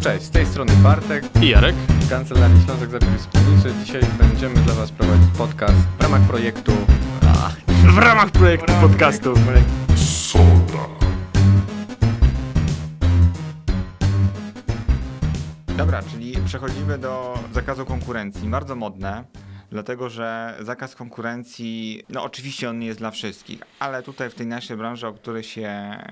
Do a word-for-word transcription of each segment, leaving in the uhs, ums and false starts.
Cześć, z tej strony Bartek i Jarek z Kancelarii Ślązak Zabiegi Wspólnicy. Dzisiaj będziemy dla Was prowadzić podcast w ramach projektu... Ach, w ramach projektu podcastu Soda. Dobra, czyli przechodzimy do zakazu konkurencji. Bardzo modne, dlatego że zakaz konkurencji, no oczywiście on nie jest dla wszystkich, ale tutaj w tej naszej branży, o której się,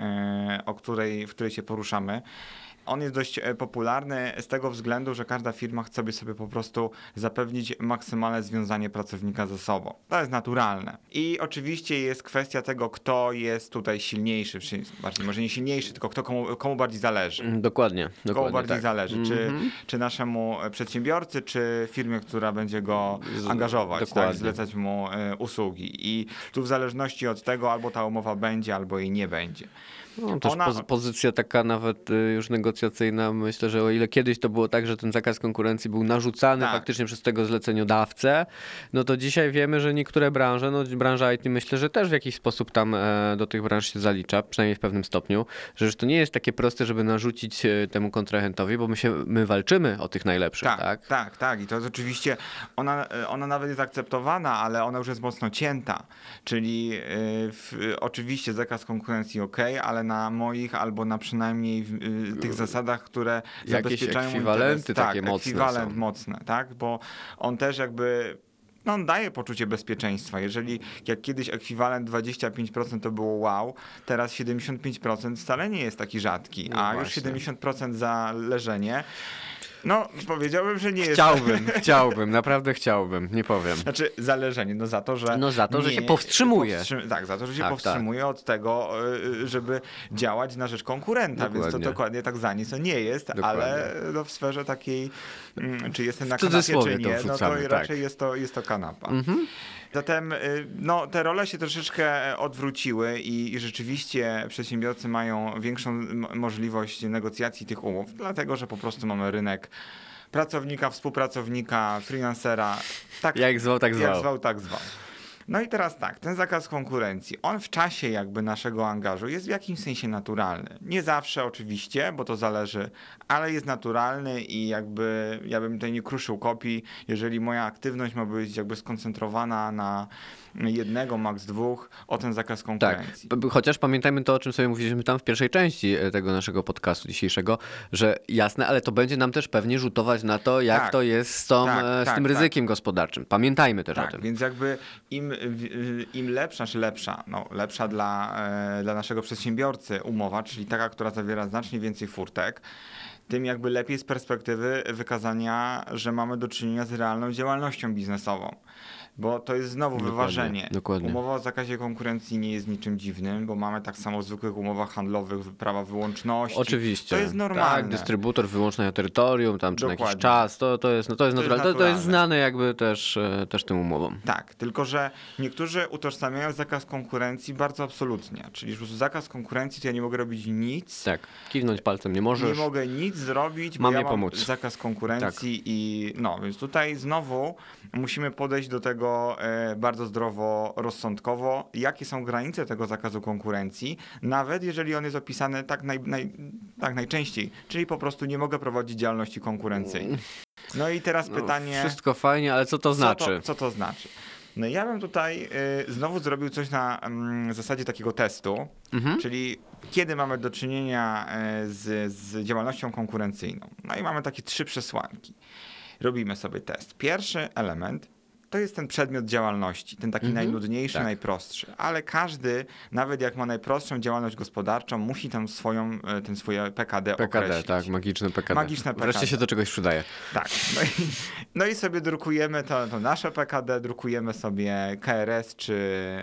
e, o której, w której się poruszamy, on jest dość popularny z tego względu, że każda firma chce sobie po prostu zapewnić maksymalne związanie pracownika ze sobą. To jest naturalne. I oczywiście jest kwestia tego, kto jest tutaj silniejszy, bardziej może nie silniejszy, tylko kto komu, komu bardziej zależy. Dokładnie. Komu dokładnie bardziej tak. zależy, czy, Mhm. czy naszemu przedsiębiorcy, czy firmie, która będzie go angażować, dokładnie. tak, zlecać mu y, usługi. I tu w zależności od tego albo ta umowa będzie, albo jej nie będzie. No, też Ona- poz- pozycja taka nawet y, już negocjacyjna, myślę, że o ile kiedyś to było tak, że ten zakaz konkurencji był narzucany Tak. faktycznie przez tego zleceniodawcę, no to dzisiaj wiemy, że niektóre branże, no branża I T myślę, że też w jakiś sposób tam e, do tych branż się zalicza, przynajmniej w pewnym stopniu, że już to nie jest takie proste, żeby narzucić e, temu kontrahentowi, bo my się, my walczymy o tych najlepszych, tak? Tak, tak, tak. I to jest oczywiście, ona, ona nawet jest akceptowana, ale ona już jest mocno cięta. Czyli y, w, oczywiście zakaz konkurencji ok, ale na moich albo na przynajmniej w, y, tych zasadach, które Jakieś zabezpieczają ekwiwalenty interes. takie tak, mocne ekwiwalent są. mocny, tak, bo on też jakby... No on daje poczucie bezpieczeństwa. Jeżeli jak kiedyś ekwiwalent dwadzieścia pięć procent to było wow, teraz siedemdziesiąt pięć procent wcale nie jest taki rzadki, No a już właśnie. siedemdziesiąt procent za leżenie, no powiedziałbym, że nie jest... Chciałbym, chciałbym, naprawdę chciałbym, nie powiem. Znaczy zależenie, no za to, że... No za to, że nie- się powstrzymuje. powstrzy- Tak, za to, że się Tak, powstrzymuje od tego, y, żeby działać na rzecz konkurenta, więc to Dokładnie. dokładnie tak za nic to nie jest, Dokładnie. ale no, w sferze takiej, mm, czy jestem na kanapie, cudzysłowie czy to nie, no to wrzucamy, tak. raczej jest to, jest to kanapa. Zatem y, no, te role się troszeczkę odwróciły i, i rzeczywiście przedsiębiorcy mają większą m- możliwość negocjacji tych umów, dlatego że po prostu mamy rynek pracownika, współpracownika, freelancera. Tak, Jak zwał, tak jak zwał. zwał, tak zwał. No i teraz tak, ten zakaz konkurencji, on w czasie jakby naszego angażu jest w jakimś sensie naturalny. Nie zawsze oczywiście, bo to zależy, ale jest naturalny i jakby ja bym tutaj nie kruszył kopii, jeżeli moja aktywność ma być jakby skoncentrowana na jednego, maks dwóch, o ten zakaz Tak, konkurencji. b- b- chociaż pamiętajmy to, o czym sobie mówiliśmy tam w pierwszej części e, tego naszego podcastu dzisiejszego, że jasne, ale to będzie nam też pewnie rzutować na to, jak Tak. to jest z, tą, Tak, e, z tak, tym tak. ryzykiem gospodarczym. Pamiętajmy też o Tak, tym. więc jakby im, w- im lepsza, czy lepsza, no lepsza dla, e, dla naszego przedsiębiorcy umowa, czyli taka, która zawiera znacznie więcej furtek, tym jakby lepiej z perspektywy wykazania, że mamy do czynienia z realną działalnością biznesową. Bo to jest znowu Dokładnie, wyważenie. dokładnie. Umowa o zakazie konkurencji nie jest niczym dziwnym, bo mamy tak samo w zwykłych umowach handlowych prawa wyłączności. Oczywiście. To jest normalne. Tak, dystrybutor wyłączenia na terytorium, tam czy na jakiś Dokładnie. czas, to, to jest, no, to jest To jest naturalne. To, to jest naturalne. znane jakby też, e, też tym umowom. Tak, tylko że niektórzy utożsamiają zakaz konkurencji bardzo absolutnie. Czyli że zakaz konkurencji to ja nie mogę robić nic, Tak, kiwnąć palcem nie możesz. nie mogę nic zrobić, bo Mamie ja mam pomóc. zakaz konkurencji i no, więc tutaj znowu musimy podejść do tego e, bardzo zdrowo, rozsądkowo, jakie są granice tego zakazu konkurencji, nawet jeżeli on jest opisany tak, naj, naj, tak najczęściej, czyli po prostu nie mogę prowadzić działalności konkurencyjnej. No i teraz No, pytanie... Wszystko fajnie, ale co to znaczy? Co to, co to znaczy? No ja bym tutaj y, znowu zrobił coś na mm, zasadzie takiego testu, Mhm. czyli kiedy mamy do czynienia y, z, z działalnością konkurencyjną. No i mamy takie trzy przesłanki. Robimy sobie test. Pierwszy element to jest ten przedmiot działalności, ten taki Mhm. najnudniejszy, Tak. najprostszy. Ale każdy, nawet jak ma najprostszą działalność gospodarczą, musi tam swoją, y, ten swoje P K D, P K D, określić. tak, magiczne P K D. Magiczne P K D. Wreszcie się do czegoś przydaje. Tak. No i, no i sobie drukujemy to, to nasze P K D, drukujemy sobie K R S czy,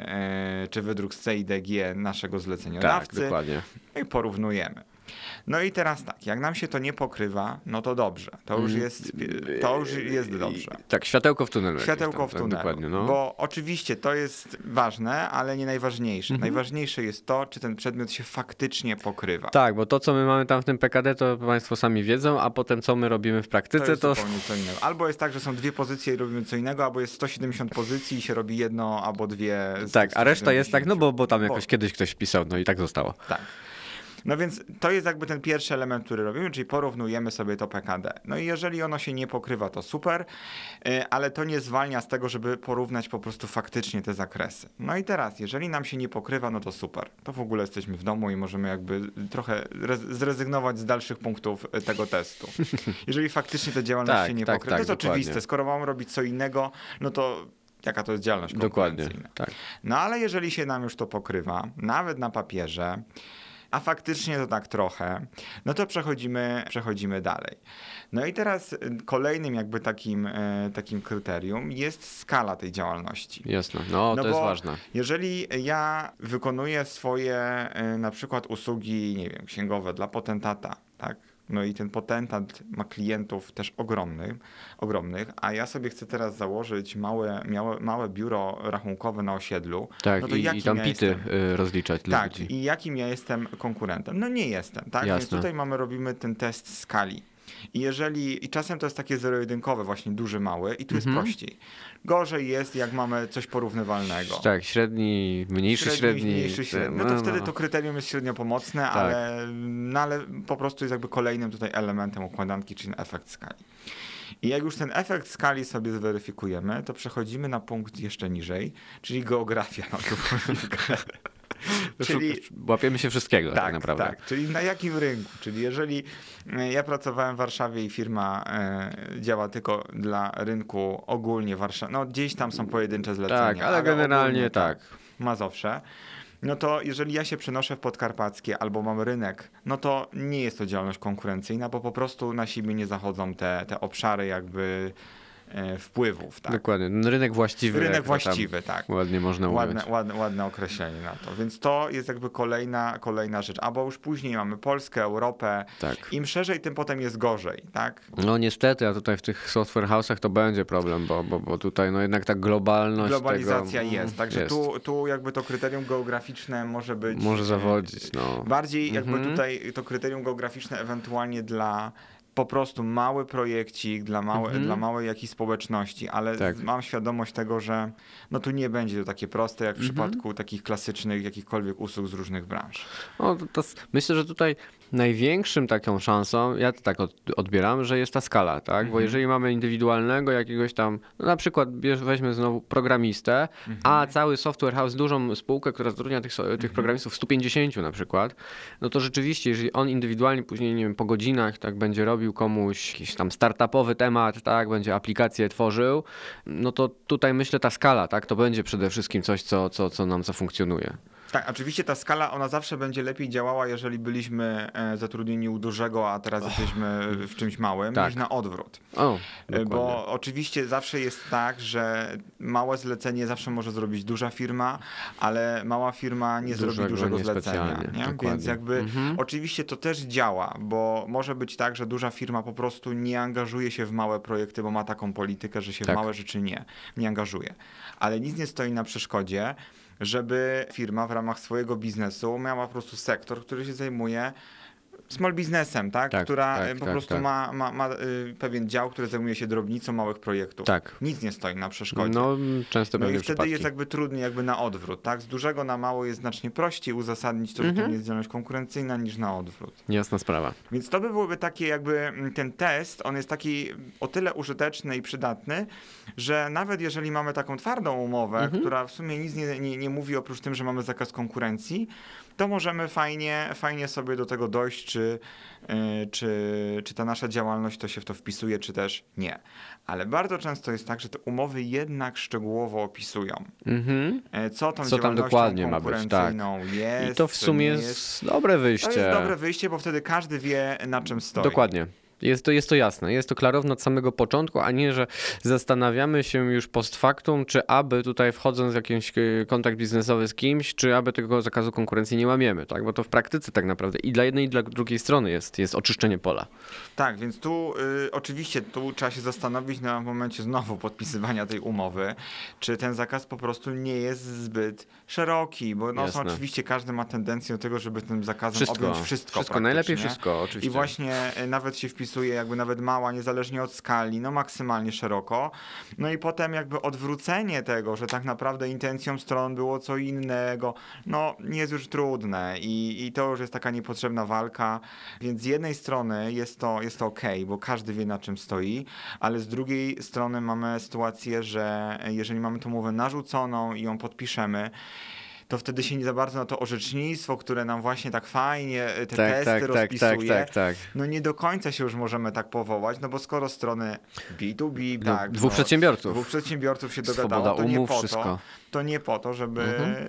e, czy wydruk z C I D G naszego Tak, zleceniodawcy dokładnie. i porównujemy. No i teraz tak, jak nam się to nie pokrywa, no to dobrze. To już jest, to już jest dobrze. Tak, światełko w tunelu. jakieś Światełko tam, w tak, tunelu. Dokładnie, no. Bo oczywiście to jest ważne, ale nie najważniejsze. Mhm. Najważniejsze jest to, czy ten przedmiot się faktycznie pokrywa. Tak, bo to, co my mamy tam w tym P K D, to państwo sami wiedzą, a potem co my robimy w To praktyce, jest to... zupełnie co innego. Albo jest tak, że są dwie pozycje i robimy co innego, albo jest sto siedemdziesiąt pozycji i się robi jedno albo dwie. Z Tak, tych a reszta jest tak, no sto siedemdziesięciu. bo, bo tam jakoś Bo- kiedyś ktoś wpisał, no i tak zostało. Tak. No więc to jest jakby ten pierwszy element, który robimy, czyli porównujemy sobie to P K D. No i jeżeli ono się nie pokrywa, to super, y, ale to nie zwalnia z tego, żeby porównać po prostu faktycznie te zakresy. No i teraz, jeżeli nam się nie pokrywa, no to super. To w ogóle jesteśmy w domu i możemy jakby trochę rez- zrezygnować z dalszych punktów y, tego testu. Jeżeli faktycznie ta działalność Tak, się nie tak, pokrywa, tak, to jest dokładnie. oczywiste. Skoro mamy robić co innego, no to jaka to jest działalność Dokładnie, konkurencyjna? tak. No ale jeżeli się nam już to pokrywa, nawet na papierze, a faktycznie to tak trochę, no to przechodzimy, przechodzimy dalej. No i teraz y, kolejnym jakby takim, y, takim kryterium jest skala tej działalności. Jasne, no, No to jest bo ważne. Jeżeli ja wykonuję swoje y, na przykład usługi, nie wiem, księgowe dla potentata, tak? No i ten potentat ma klientów też ogromnych, ogromnych, a ja sobie chcę teraz założyć małe, małe, małe biuro rachunkowe na osiedlu. Tak, no to i, i jakim tam ja pity jestem? y, rozliczać dla Tak, ludzi. i jakim ja jestem konkurentem? No nie jestem, tak? Więc Jasne. tutaj mamy, robimy ten test skali. I jeżeli, i czasem to jest takie zero-jedynkowe, właśnie duży, mały, i tu jest Mhm. prościej. Gorzej jest, jak mamy coś porównywalnego. Tak, średni, mniejszy średni. mniejszy średni. No to wtedy to kryterium jest średnio pomocne, Tak. ale, no ale po prostu jest jakby kolejnym tutaj elementem układanki, czyli efekt skali. I jak już ten efekt skali sobie zweryfikujemy, to przechodzimy na punkt jeszcze niżej, czyli geografia. No, tu czyli Łapiemy się wszystkiego tak, tak, naprawdę. tak, czyli na jakim rynku? Czyli jeżeli e, ja pracowałem w Warszawie i firma e, działa tylko dla rynku ogólnie Warszawy, no gdzieś tam są pojedyncze zlecenia. Tak, ale generalnie ogólnie, tak. Mazowsze. No to jeżeli ja się przenoszę w Podkarpackie albo mam rynek, no to nie jest to działalność konkurencyjna, bo po prostu na siebie nie zachodzą te, te obszary jakby e, wpływów. Tak? Dokładnie, no, rynek właściwy. Rynek jak to właściwy, tak. tam ładnie można ująć. Ładne, ładne, ładne określenie na to. Więc to jest jakby kolejna, kolejna rzecz. Albo już później mamy Polskę, Europę. Tak. Im szerzej, tym potem jest gorzej, tak? No niestety, a tutaj w tych software house'ach to będzie problem, bo, bo, bo tutaj no jednak ta globalność Globalizacja tego, jest. Także jest. Tu, tu jakby to kryterium geograficzne może być... Może e, zawodzić, no. Bardziej jakby Mhm. tutaj to kryterium geograficzne ewentualnie dla po prostu mały projekcik dla, małe, Mhm. dla małej jakiejś społeczności, ale Tak. mam świadomość tego, że no tu nie będzie to takie proste jak w Mhm. przypadku takich klasycznych jakichkolwiek usług z różnych branż. No, to, to, myślę, że tutaj największym taką szansą, ja to tak od, odbieram, że jest ta skala, tak? Bo Mhm. jeżeli mamy indywidualnego jakiegoś tam, no na przykład bierz, weźmy znowu programistę, Mhm. a cały software house, dużą spółkę, która zatrudnia tych, so- tych Mhm. programistów stu pięćdziesięciu na przykład, no to rzeczywiście, jeżeli on indywidualnie później, nie wiem, po godzinach tak będzie robił komuś jakiś tam startupowy temat, tak, będzie aplikację tworzył, no to tutaj myślę ta skala, tak, to będzie przede wszystkim coś, co, co, co nam zafunkcjonuje. Tak, oczywiście ta skala, ona zawsze będzie lepiej działała, jeżeli byliśmy e, zatrudnieni u dużego, a teraz jesteśmy w czymś małym, tak. niż na odwrót. O, E, dokładnie. Bo oczywiście zawsze jest tak, że małe zlecenie zawsze może zrobić duża firma, ale mała firma nie zrobi Dużego dużego nie zlecenia. specjalnie, Nie? dokładnie. Więc jakby Mhm. oczywiście to też działa, bo może być tak, że duża firma po prostu nie angażuje się w małe projekty, bo ma taką politykę, że się Tak. w małe rzeczy nie, nie angażuje. Ale nic nie stoi na przeszkodzie, żeby firma w ramach swojego biznesu miała po prostu sektor, który się zajmuje small biznesem, tak? Tak, Która tak, y, po tak, prostu tak. ma, ma, ma y, pewien dział, który zajmuje się drobnicą małych projektów. Tak. Nic nie stoi na przeszkodzie. No, często No i będzie wtedy przypadki. jest jakby trudniej jakby na odwrót, tak? Z dużego na mało jest znacznie prościej uzasadnić to, że Mhm. to nie jest działalność konkurencyjna niż na odwrót. Jasna sprawa. Więc to by byłoby takie jakby mm, ten test, on jest taki o tyle użyteczny i przydatny, że nawet jeżeli mamy taką twardą umowę, Mhm. która w sumie nic nie, nie, nie mówi oprócz tym, że mamy zakaz konkurencji, to możemy fajnie, fajnie sobie do tego dojść, czy, yy, czy, czy ta nasza działalność to się w to wpisuje, czy też nie. Ale bardzo często jest tak, że te umowy jednak szczegółowo opisują, Mhm. e, co tą Co tam działalnością dokładnie ma być, tak. konkurencyjną jest. I to w co sumie nie jest dobre wyjście. To jest dobre wyjście, bo wtedy każdy wie, na czym stoi. Dokładnie. Jest to, jest to jasne, jest to klarowne od samego początku, a nie, że zastanawiamy się już post factum, czy aby tutaj wchodząc w jakiś e, kontakt biznesowy z kimś, czy aby tego zakazu konkurencji nie łamiemy, tak? Bo to w praktyce tak naprawdę i dla jednej i dla drugiej strony jest, jest oczyszczenie pola. Tak, więc tu y, oczywiście tu trzeba się zastanowić na momencie znowu podpisywania tej umowy, czy ten zakaz po prostu nie jest zbyt szeroki, bo no, są Jasne. oczywiście każdy ma tendencję do tego, żeby tym zakazem Wszystko, objąć wszystko. wszystko najlepiej praktycznie. wszystko, oczywiście. I właśnie y, nawet się wpisuje rozpisuje jakby nawet mała, niezależnie od skali, no maksymalnie szeroko. No i potem jakby odwrócenie tego, że tak naprawdę intencją stron było co innego, no jest już trudne i, i to już jest taka niepotrzebna walka, więc z jednej strony jest to, jest to okej, bo każdy wie na czym stoi, ale z drugiej strony mamy sytuację, że jeżeli mamy tą umowę narzuconą i ją podpiszemy, to wtedy się nie za bardzo na to orzecznictwo, które nam właśnie tak fajnie te Tak, testy tak, tak, rozpisuje, tak, tak, tak. no nie do końca się już możemy tak powołać, no bo skoro strony B dwa B, No, tak, dwóch no, przedsiębiorców. dwóch przedsiębiorców się Swoboda dogadało, to nie umów, po wszystko. to, to nie po to, żeby,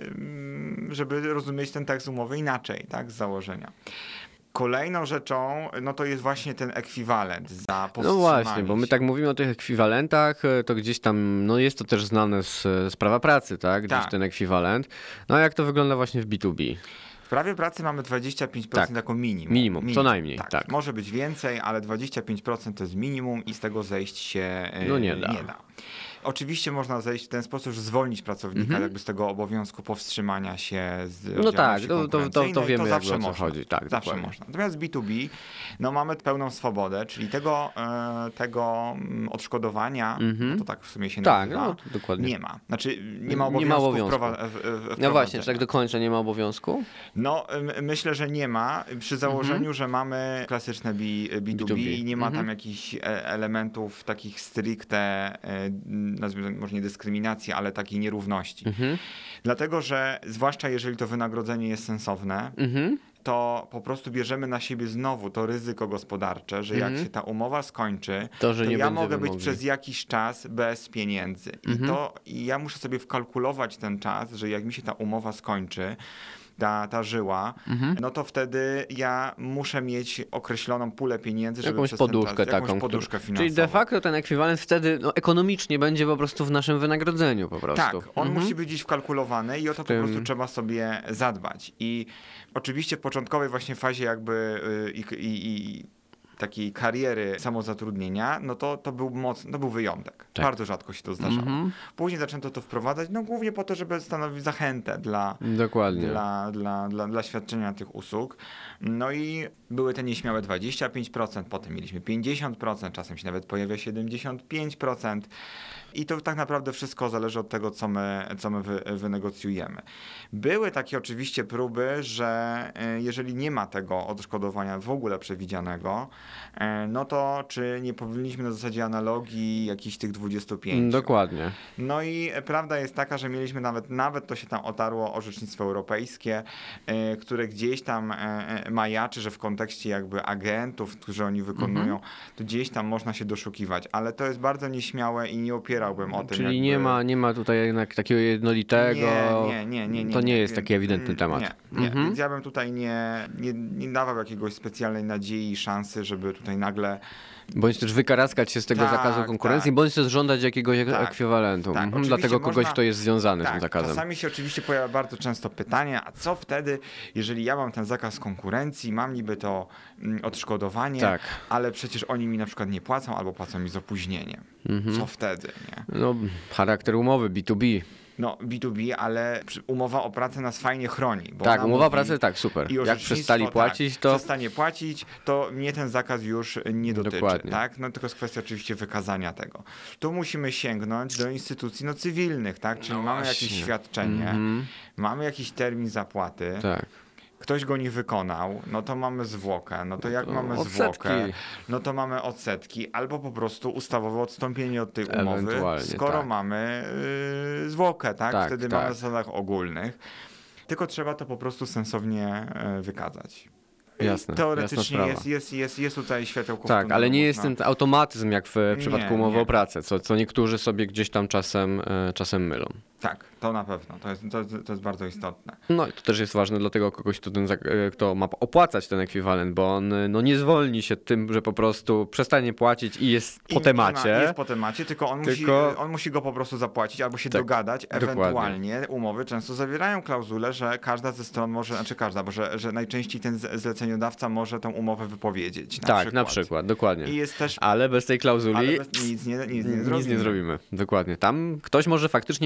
Mhm. żeby rozumieć ten tekst umowy inaczej, tak, z założenia. Kolejną rzeczą, no to jest właśnie ten ekwiwalent za powstrzymanie No właśnie, bo my się. tak mówimy o tych ekwiwalentach, to gdzieś tam, no jest to też znane z, z prawa pracy, tak? Gdzieś Tak. ten ekwiwalent. No a jak to wygląda właśnie w B dwa B? W prawie pracy mamy dwadzieścia pięć procent Tak. jako minimum. Minimum, co najmniej, Tak. tak. Może być więcej, ale dwadzieścia pięć procent to jest minimum i z tego zejść się e, No nie da. nie da. Oczywiście można zejść w ten sposób, że zwolnić pracownika Mhm. jakby z tego obowiązku powstrzymania się z No tak, działalności to, to, to, to konkurencyjnej, wiemy jakby zawsze o co można. chodzi. Tak, Zawsze dokładnie. można. Natomiast B dwa B, no mamy pełną swobodę, czyli tego, e, tego mm, odszkodowania, Mhm. no to tak w sumie się Tak, nazywa, no to dokładnie. nie ma. Znaczy nie ma Nie obowiązku, ma obowiązku. wprowa- w, w, No właśnie, czy tak wprowadzenia. do końca nie ma obowiązku? No, y, myślę, że nie ma, przy założeniu, że mamy klasyczne B, B2B, B dwa B. i nie ma Mhm. tam jakichś e, elementów takich stricte, e, nazwijmy może nie dyskryminacji, ale takiej nierówności. Mhm. Dlatego, że zwłaszcza jeżeli to wynagrodzenie jest sensowne, Mhm. to po prostu bierzemy na siebie znowu to ryzyko gospodarcze, że jak Mhm. się ta umowa skończy, To, że nie ja będziemy mogę być mogli. przez jakiś czas bez pieniędzy. I, Mhm. to, I ja muszę sobie wkalkulować ten czas, że jak mi się ta umowa skończy, ta, ta żyła, Mhm. no to wtedy ja muszę mieć określoną pulę pieniędzy, żeby Jakąś przez ten poduszkę czas, taką. jakąś poduszkę którą- finansową. Czyli de facto ten ekwiwalent wtedy no, ekonomicznie będzie po prostu w naszym wynagrodzeniu po prostu. Tak, on Mhm. musi być gdzieś wkalkulowany i o to tym- po prostu trzeba sobie zadbać. I oczywiście w początkowej właśnie fazie jakby y, i, i, i takiej kariery samozatrudnienia, no to, to był mocny, to był wyjątek. Tak. Bardzo rzadko się to zdarzało. Mhm. Później zaczęto to wprowadzać, no głównie po to, żeby stanowić zachętę dla, Dokładnie. dla, dla, dla, dla świadczenia tych usług. No i były te nieśmiałe dwadzieścia pięć procent, potem mieliśmy pięćdziesiąt procent, czasem się nawet pojawia siedemdziesiąt pięć procent. I to tak naprawdę wszystko zależy od tego, co my, co my wy, wynegocjujemy. Były takie oczywiście próby, że y, jeżeli nie ma tego odszkodowania w ogóle przewidzianego, y, no to czy nie powinniśmy na zasadzie analogii jakichś tych dwudziestu pięciu. Dokładnie. No i prawda jest taka, że mieliśmy nawet, nawet to się tam otarło orzecznictwo europejskie, y, które gdzieś tam y, y, majaczy, że w kontekście jakby agentów, którzy oni wykonują, Mhm. to gdzieś tam można się doszukiwać, ale to jest bardzo nieśmiałe i nie opierałbym o tym. Czyli jakby... nie ma, nie ma tutaj jednak takiego jednolitego. Nie, nie, nie, nie, nie, To nie jest Więc- taki ewidentny temat. Nie, nie. Mhm. Więc ja bym tutaj nie, nie, nie dawał jakiegoś specjalnej nadziei i szansy, żeby tutaj nagle Bądź też wykaraskać się z tego Tak, zakazu konkurencji, tak. bądź też żądać jakiegoś Tak, ekwiwalentu. tak. Mhm, Oczywiście dlatego kogoś, można- kto jest związany z tym tak, zakazem. czasami się oczywiście pojawia bardzo często pytanie, a co wtedy, jeżeli ja mam ten zakaz konkurencji, mam niby to mm, odszkodowanie, Tak. ale przecież oni mi na przykład nie płacą albo płacą mi z opóźnieniem. Mhm. Co wtedy, nie? No, charakter umowy B dwa B. No B dwa B, ale przy- umowa o pracę nas fajnie chroni. Bo Tak, ona umowa mówi- pracy, tak, super. I Jak orzecznictwo, przestali tak, płacić, to przestanie płacić, to mnie ten zakaz już nie dotyczy. Dokładnie. Tak? No tylko jest kwestia oczywiście wykazania tego. Tu musimy sięgnąć do instytucji no, cywilnych, tak? Czyli No mamy właśnie. jakieś świadczenie, Mhm. mamy jakiś termin zapłaty, tak. ktoś go nie wykonał, no to mamy zwłokę. No to jak to mamy odsetki. zwłokę, no to mamy odsetki albo po prostu ustawowe odstąpienie od tej umowy, Ewentualnie, skoro tak. mamy yy, zwłokę, tak? Tak, Wtedy tak. mamy w zasadach ogólnych. Tylko trzeba to po prostu sensownie yy, wykazać. I Jasne, jasna teoretycznie sprawa. jest, jest, jest, jest tutaj światełko w Tak, tunelu, ale nie jest można- ten automatyzm jak w przypadku Nie, umowy nie. o pracę, co, co niektórzy sobie gdzieś tam czasem, e, czasem mylą. Tak, to na pewno. To jest, to, to jest bardzo istotne. No i to też jest ważne dla tego kogoś, kto, ten, zak- e, kto ma opłacać ten ekwiwalent, bo on e, no, nie zwolni się tym, że po prostu przestanie płacić i jest I po nie temacie. Ma, jest po temacie, tylko on, Tylko- musi, on musi go po prostu zapłacić albo się Tak, dogadać. dokładnie. Ewentualnie umowy często zawierają klauzulę, że każda ze stron może, znaczy każda, bo że, że najczęściej ten z- zleceniodawca może tę umowę wypowiedzieć. Na tak, przykład. na przykład, dokładnie. I jest też. Ale bez tej klauzuli Ale bez, nic nie, nic nie nic zrobimy. nie zrobimy. Dokładnie. Tam ktoś może faktycznie chcieć leżeć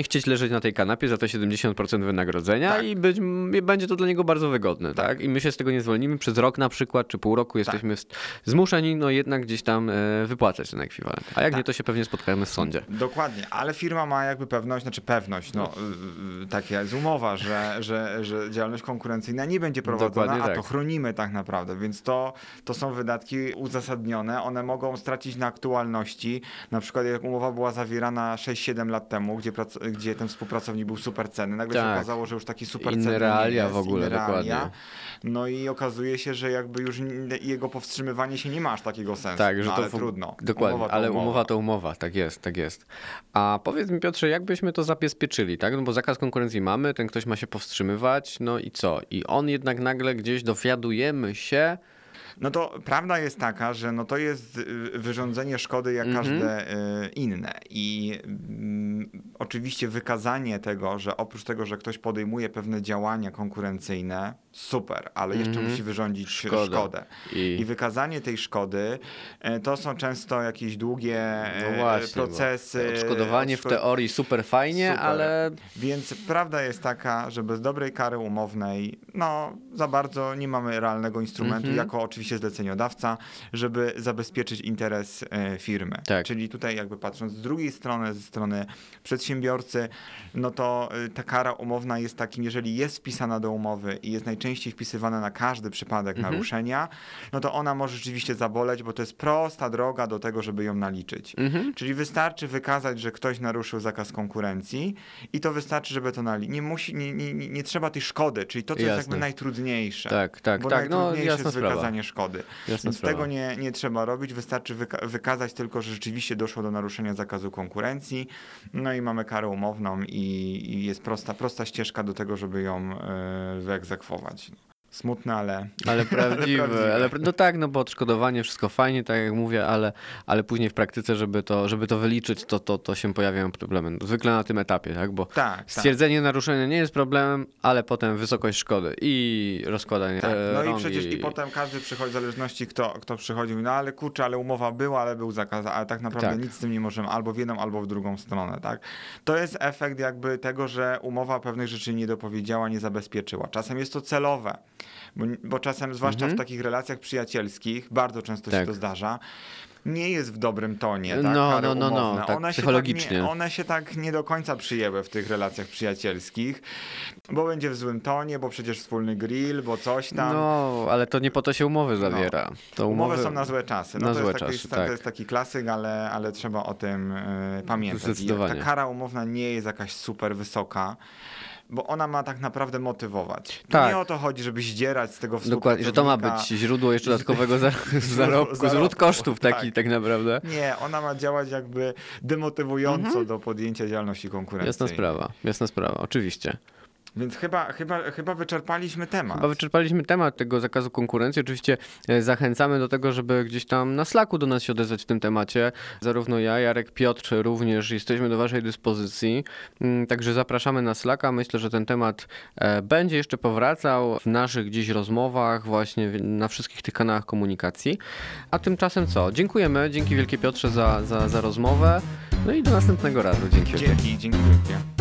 leżeć na tej kanapie za te siedemdziesiąt procent wynagrodzenia Tak. i, być, i będzie to dla niego bardzo wygodne, tak. Tak. I my się z tego nie zwolnimy. Przez rok na przykład, czy pół roku jesteśmy tak. zmuszeni no jednak gdzieś tam e, wypłacać ten ekwiwalent. A jak Tak. nie, to się pewnie spotkamy w sądzie. Dokładnie, ale firma ma jakby pewność, znaczy pewność, no yy, taka jest umowa, że, że, że działalność konkurencyjna nie będzie prowadzona, Dokładnie a tak. to chronimy tak naprawdę, więc to, to są wydatki uzasadnione, one mogą stracić na aktualności, na przykład jak umowa była zawierana sześć siedem lat temu, gdzie, prac- gdzie ten współpracownik był super cenny, nagle Tak. się okazało, że już taki super Inne cenny realia nie jest, w ogóle, inne realia. dokładnie. No i okazuje się, że jakby już n- jego powstrzymywanie się nie ma aż takiego sensu, Tak, że no, to ale w- trudno. Dokładnie, Umowa to ale umowa. umowa to umowa, tak jest, tak jest. A powiedz mi, Piotrze, jak byśmy to zabezpieczyli, tak? No bo zakaz konkurencji mamy, ten ktoś ma się powstrzymywać, no i co? I on jednak nagle gdzieś dowiadujemy się, No to prawda jest taka, że no to jest y, wyrządzenie szkody jak Mhm. każde y, inne. I mm, oczywiście wykazanie tego, że oprócz tego, że ktoś podejmuje pewne działania konkurencyjne, super, ale jeszcze Mhm. musi wyrządzić Szkoda. szkodę. I- I wykazanie tej szkody y, to są często jakieś długie y, no właśnie, procesy. bo odszkodowanie w odszko- teorii super fajnie, Super. ale Więc prawda jest taka, że bez dobrej kary umownej, no za bardzo nie mamy realnego instrumentu, Mhm. jako oczywiście zleceniodawca, żeby zabezpieczyć interes e, firmy. Tak. Czyli tutaj jakby patrząc z drugiej strony, ze strony przedsiębiorcy, no to e, ta kara umowna jest takim, jeżeli jest wpisana do umowy i jest najczęściej wpisywana na każdy przypadek Mhm. naruszenia, no to ona może rzeczywiście zaboleć, bo to jest prosta droga do tego, żeby ją naliczyć. Mhm. Czyli wystarczy wykazać, że ktoś naruszył zakaz konkurencji i to wystarczy, żeby to naliczyć. Nie, musi, nie, nie, nie, nie trzeba tej szkody, czyli to, co jest Jasne. jakby najtrudniejsze. tak, tak, Bo tak, no najtrudniejsze jasna jest sprawa. wykazanie szkody. Jasna Więc sprawa. tego nie, nie trzeba robić, wystarczy wyka- wykazać tylko, że rzeczywiście doszło do naruszenia zakazu konkurencji, no i mamy karę umowną i, i jest prosta, prosta ścieżka do tego, żeby ją e, wyegzekwować. Smutne, ale... Ale prawdziwe, prawdziwe. ale, no tak, no bo odszkodowanie, wszystko fajnie, tak jak mówię, ale, ale później w praktyce, żeby to, żeby to wyliczyć, to, to, to się pojawiają problemy. Zwykle na tym etapie, tak? Bo Tak, tak. stwierdzenie naruszenia nie jest problemem, ale potem wysokość szkody i rozkładanie Tak, e, no i rąk przecież i potem każdy przychodzi, w zależności kto, kto przychodził, no ale kurczę, ale umowa była, ale był zakaz, ale tak naprawdę Tak. nic z tym nie możemy, albo w jedną, albo w drugą stronę, tak? To jest efekt jakby tego, że umowa pewnych rzeczy nie dopowiedziała, nie zabezpieczyła. Czasem jest to celowe, bo, bo czasem, zwłaszcza Mhm. w takich relacjach przyjacielskich, bardzo często Tak. się to zdarza, nie jest w dobrym tonie, tak? No, Kary no, no, no, umowne. tak one, się tak psychologicznie. nie, one się tak nie do końca przyjęły w tych relacjach przyjacielskich, bo będzie w złym tonie, bo przecież wspólny grill, bo coś tam. No, ale to nie po to się umowy zawiera. To Umowy są na złe czasy. No na to, złe jest taki, czasy, to tak. jest taki klasyk, ale, ale trzeba o tym y, pamiętać. I Zdecydowanie. ta kara umowna nie jest jakaś super wysoka, bo ona ma tak naprawdę motywować. Tu Tak. nie o to chodzi, żeby zdzierać z tego Dokładnie, że to ma być współpracownika. źródło jeszcze dodatkowego zar- zarobku, zwrót zarobku, kosztów taki tak. tak naprawdę. Nie, ona ma działać jakby demotywująco do podjęcia działalności konkurencyjnej. Jasna sprawa, jasna sprawa, oczywiście. Więc chyba, chyba, chyba wyczerpaliśmy temat. Chyba wyczerpaliśmy temat tego zakazu konkurencji. Oczywiście e, zachęcamy do tego, żeby gdzieś tam na Slacku do nas się odezwać w tym temacie. Zarówno ja, Jarek, Piotr również jesteśmy do waszej dyspozycji. Mm, Także zapraszamy na Slacka. Myślę, że ten temat e, będzie jeszcze powracał w naszych gdzieś rozmowach, właśnie w- na wszystkich tych kanałach komunikacji. A tymczasem co? Dziękujemy. Dzięki wielkie Piotrze za, za, za rozmowę. No i do następnego razu. Dzięki wielkie. Dzięki, dzięki wielkie.